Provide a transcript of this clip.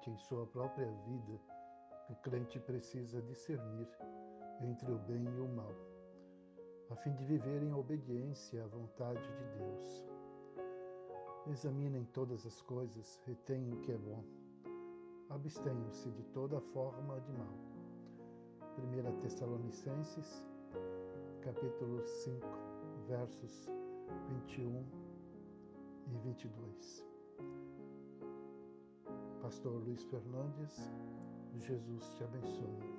Diariamente em sua própria vida, o crente precisa discernir entre o bem e o mal, a fim de viver em obediência à vontade de Deus. Examinem todas as coisas, retenham o que é bom, abstenham-se de toda forma de mal. 1 Tessalonicenses, capítulo 5, versos 21 e 22. Pastor Luiz Fernandes, Jesus te abençoe.